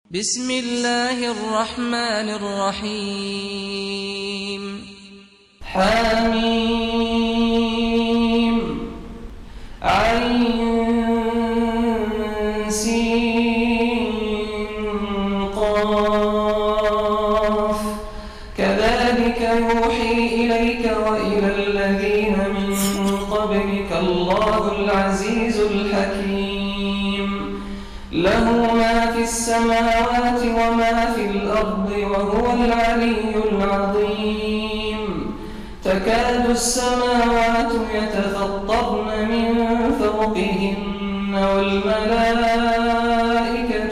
بسم الله الرحمن الرحيم حميم عين سين قاف كذلك يوحي إليك وإلى الذين من قبلك الله العزيز الحكيم له ما في السماوات وما في الأرض وهو العلي العظيم تكاد السماوات يتفطرن من فوقهن والملائكة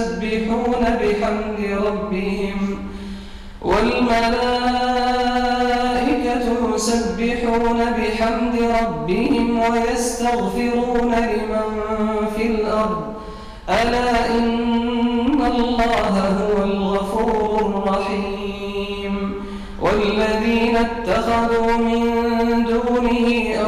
يسبحون بحمد ربهم ويستغفرون لمن في الأرض ألا إن الله هو الغفور الرحيم والذين اتخذوا من دونه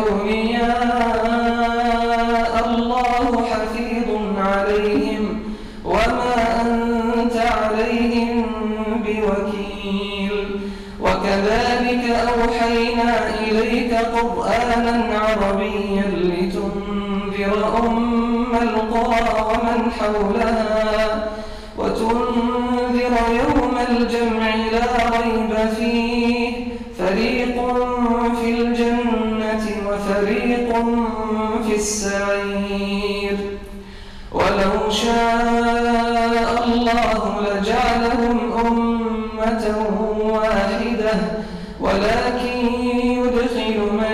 أولياء الله حفيظ عليهم وما أنت عليهم بوكيل وكذلك أوحينا إليك قرآنا عربيا لتنذر أم القرى ومن حولها وتنذر يوم الجمع لا ريب فيه فريق في الجنة وفريق في السعير ولو شاء الله لجعلهم أمة واحدة ولكن يدخل من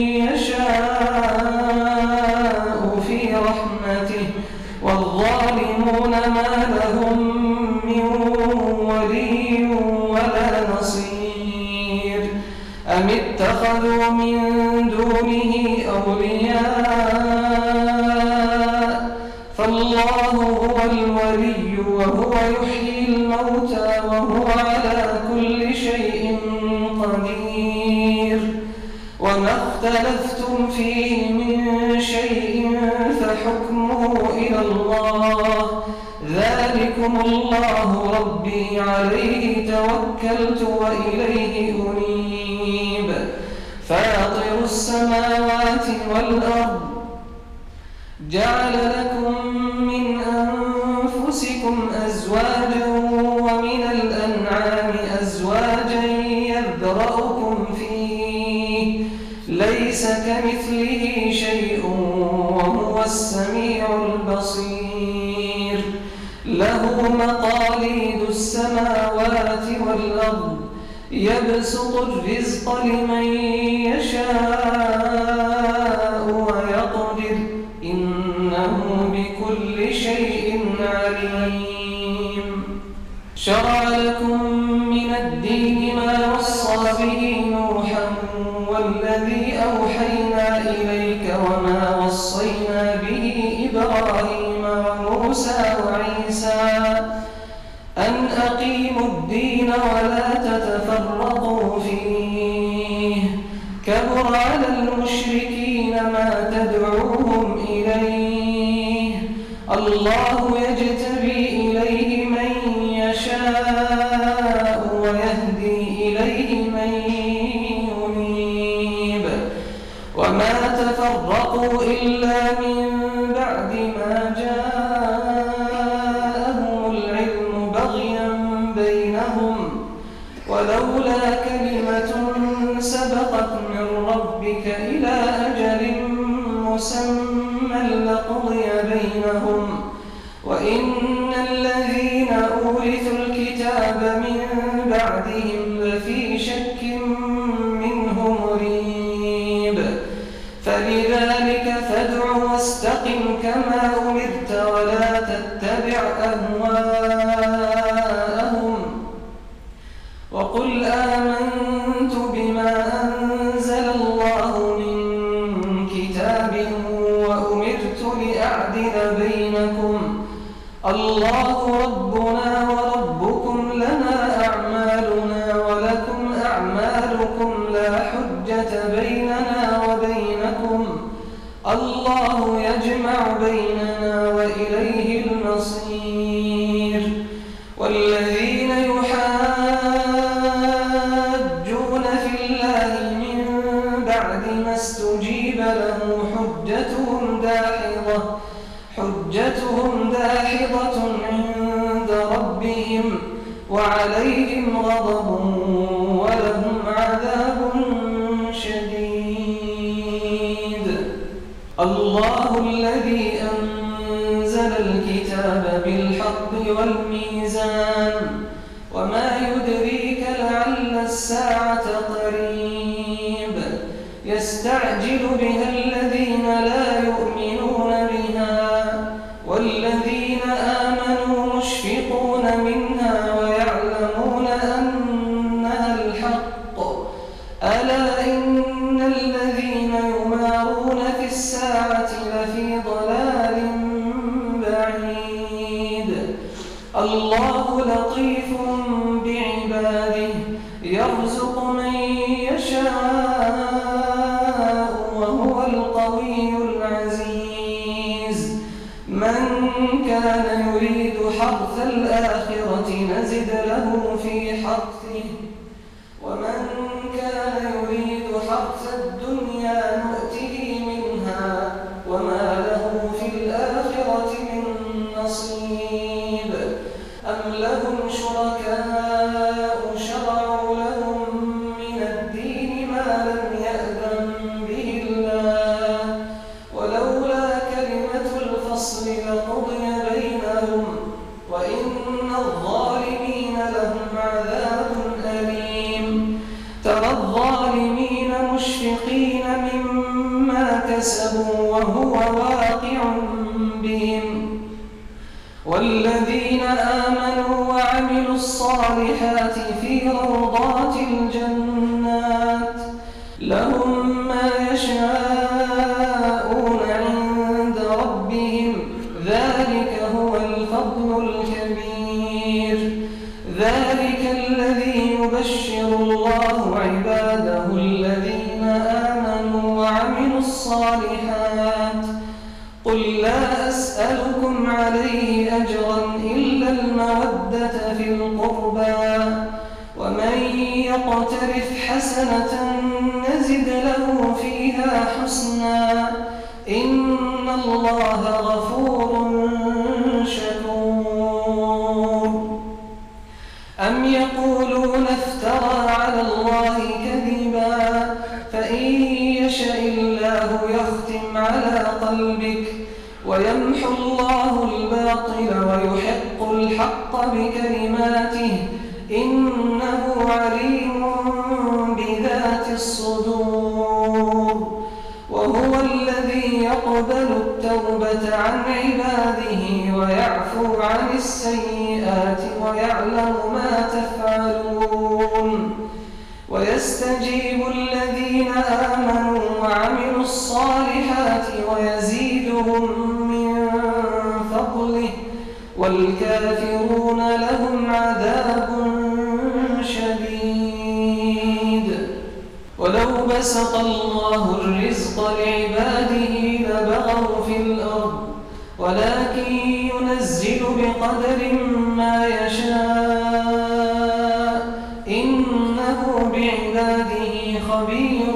يشاء في رحمته والظالمون ما لهم من ولي ولا نصير أم اتخذوا من دونه أولياء فالله هو الولي وهو يحيي الموتى وهو على كل شيء قدير وما اختلفتم فيه من شيء فحكمه إلى الله ذلكم الله ربي عليه توكلت وإليه أنيب فاطر السماوات والأرض جعل لكم من أنفسكم أزواجا ومن الأنعام أزواجا يذرأكم فيه ليس كمثله شيء وهو السميع البصير له مقاليد السماوات والأرض يبسط الرزق لمن يشاء ويقدر إنه بكل شيء عليم شرع لكم من الدين ما وصى به نوحا والذي أوحينا إليك وما وصينا به إبراهيم وموسى وعيسى أن أقيموا الدين ولا تتفرقوا فيه كبر على المشركين ما تدعوهم إليه الله يجتبي إليه من يشاء ويهدي إليه من ينيب وما تفرقوا إلا من بعد ما جاءهم العلم بغيا بينهم ولولا كلمة سبقت من ربك إلى أجل مسمى لقضي بينهم وإن الذين أورثوا الكتاب من بعدهم لفي شك منه مريب فلذلك فادع واستقم كما أمرت ولا تتبع أهواءهم وقل آمنت بما أنزل الله من كتاب وأمرت لأعدل بينكم الله ربنا وربكم لنا أعمالنا ولكم أعمالكم لا حجة بيننا وبينكم الله يجمع بيننا وإليه المصير ربهم وعليهم غضب ولهم عذاب شديد. الله الذي أنزل الكتاب بالحق والميزان وما يدريك لعل الساعة قريب يستعجل بها الذين لا يؤمنون بها والذين آمنوا مشفقون منها ويعلمون أنها الحق ألا إن الذين يمارون في الساعة لفي ضلال بعيد. الله لطيف بعباده يرزق من يشاء وهو القوي العزيز. من كان يريد حرث الآخرة نزد له في حرثه ومن كان يريد حرث الدنيا نؤته منها وما له في الآخرة من نصيب. أم لهم شركاء شرعوا لهم من الدين ما لم يأذن به الله ولولا كلمة الفصل لقضي بينهم وإن الظالمين لهم عذاب أليم. ترى الظالمين مشفقين مما كسبوا وهو واقع بهم والذين آمنوا وعملوا الصالحات في روضات الجنات لهم ما يشاءون عند ربهم ذلك هو الفضل الكبير. ذلك الذي يبشر الله عباده الذين آمنوا وعملوا الصالحات. قل لا أسألكم عليه أجرا إلا المودة في القربى ومن يقترف حسنة نزد له فيها حسنا إن الله غفور شكور. أم يقولون افترى على الله كذبا فإن يشاء الله يختم على قلبك ويمحو الله الباطل ويحق الحق بكلماته إنه عليم بذات الصدور. وهو الذي يقبل التوبة عن عباده ويعفو عن السيئات ويعلم ما تفعلون ويستجيب الذين آمنوا وعملوا الصالحات ويزيدهم من فضله والكافرون لهم عذاب شديد. ولو بسط الله الرزق لعباده لبغوا في الأرض ولكن ينزل بقدر ما يشاء إنه بعباده خبير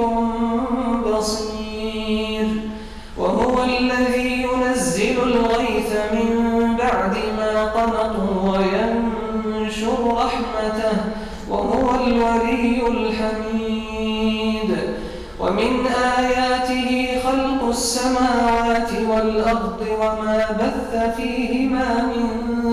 بصير. وهو الذي ينزل الغيث من بعد ما قنطوا وينشر رحمته وهو الولي الحميد. ومن آياته خلق السماوات والأرض وما بث فيهما من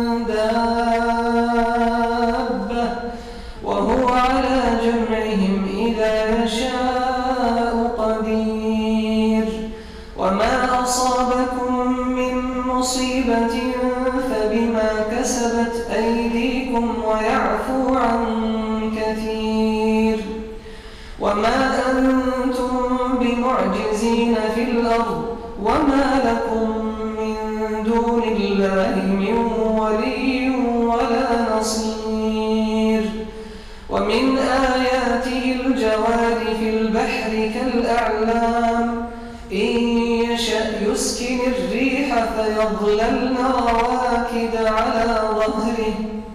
دابة وهو على جمعهم إذا يشاء قدير. وما أصابكم من مصيبة فبما كسبت أيديكم ويعفو عن كثير. وما أنتم بمعجزين في الأرض وما لكم من دون الله من ولي ولا نصير. ومن آياته الجوار في البحر كالأعلام إن يشأ يسكن الريح فيظللن رواكد على ظهره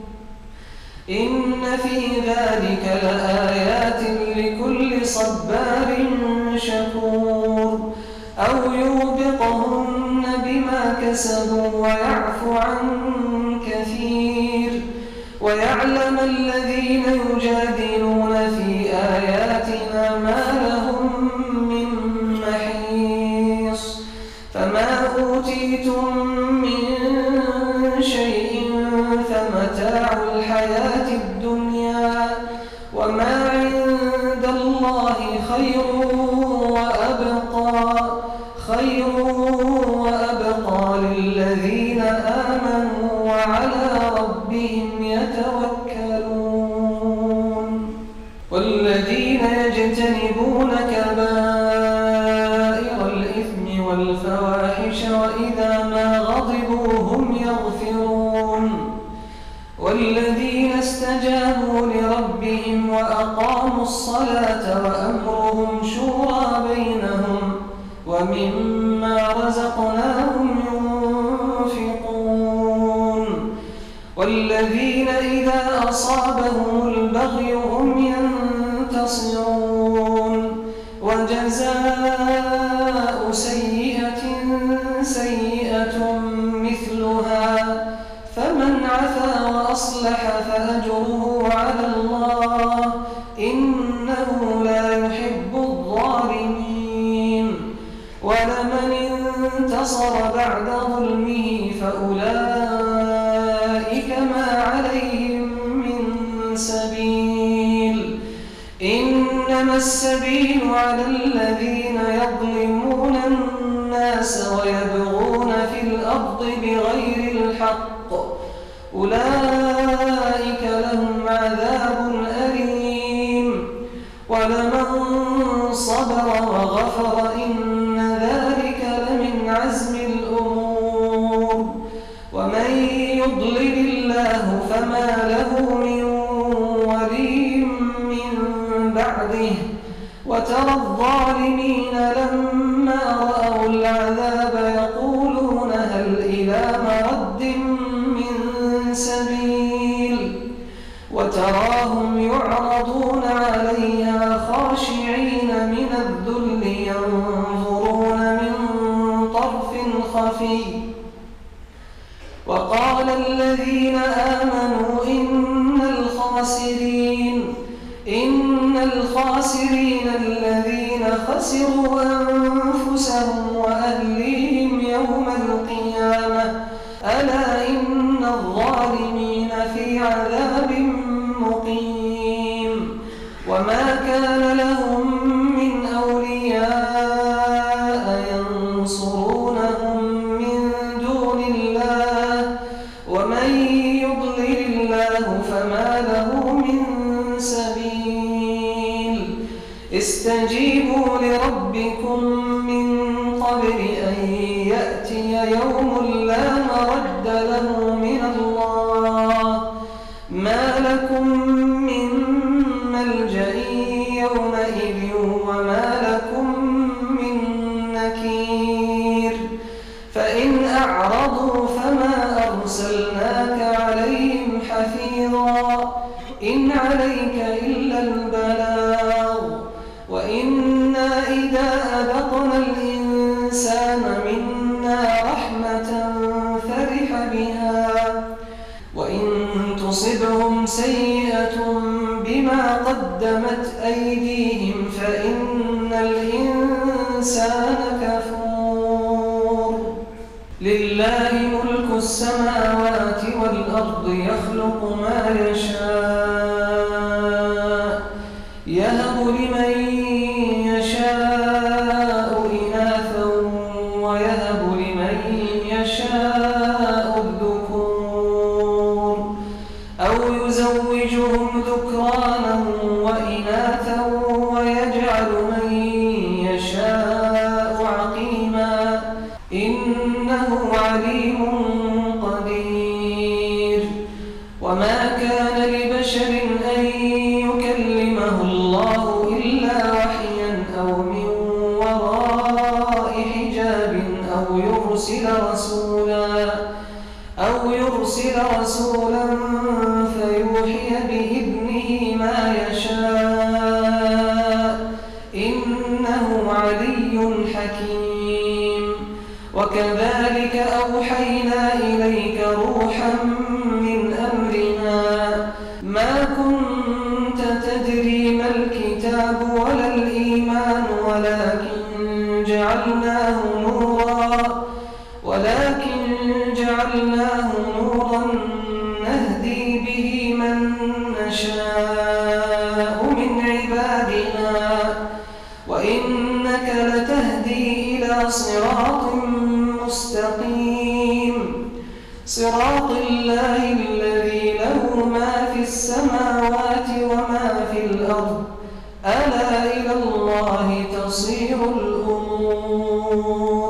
إن في ذلك لآيات لكل صبار شكور. أو يوبقهن بما كسبوا ويعفو عن كثير أما الذين يجادلون في آياتنا ما لهم من محيص فما أوتيتم من شيء فمتاع الحياة الدنيا وما عند الله خير وأبقى للذين آمنوا وعلى ربهم يتوكلون والذين يجتنبون كبائر الإثم والفواحش وإذا ما غضبوا هم يغفرون والذين استجابوا لربهم وأقاموا الصلاة وأمرهم شورى بينهم ومما رزقناهم ينفقون والذين إذا أصابهم البغي هم ينتصرون وجزاء سيئة سيئة مثلها فمن عفا وأصلح فأجره على الله إنه لا يحب الظالمين ولمن انتصر بعد ظلمه فأولئك ما عليهم من سبيل إنما السبيل على الذين يظلمون الناس ويبغون في الأرض بغير الحق أولئك لهم عذاب أليم ولمن صبر وغفر إن ذلك لمن عزم الأمور ومن يضلل الله فما له من ولي من بعده وترى الظالمين لما رأوا العذاب يقولون هل إلى مرد من سبيل وتراهم يعرضون عليها خاشعين من الذل ينظرون من طرف خفي وقال الذين آمنوا إن الخاسرين الذين خسروا أنفسهم وأهليهم يوم القيامة ألا إن الظالمين في عذاب مقيم وما كان لهم من أولياء ينصرونهم من دون الله ومن يضلل الله فما له من سبيل استجيبوا لربكم من قبل أن يأتي يوم لا مرد له من الله ما لكم من ملجأ يومئذ وما لكم من نكير فإن أعرضوا فما أرسلناك عليهم حفيظا إن عليك إلا البلاغ وإنا إذا أذقنا الإنسان منا رحمة فرح بها وإن تصبهم سيئة بما قدمت أيديهم فإن الإنسان كفور لله ملك السماوات والأرض يخلق ما يشاء يهب لمن يشاء إناثا ويهب لمن يشاء الذكور أو يزوجهم ذكرانا وإناثا ويجعل من يشاء عقيما إنه عليم قدير وما كان لبشر أن يكلمه الله إلا وحيا أو من وراء حجاب أو يرسل رسولا فيوحي بإذنه ما يشاء إنه علي حكيم وكذلك أوحينا إليك روحا من أمرنا ما الله نورا نهدي به من نشاء من عبادنا وإنك لتهدي إلى صراط مستقيم صراط الله الذي له ما في السماوات وما في الأرض ألا إلى الله تصير الأمور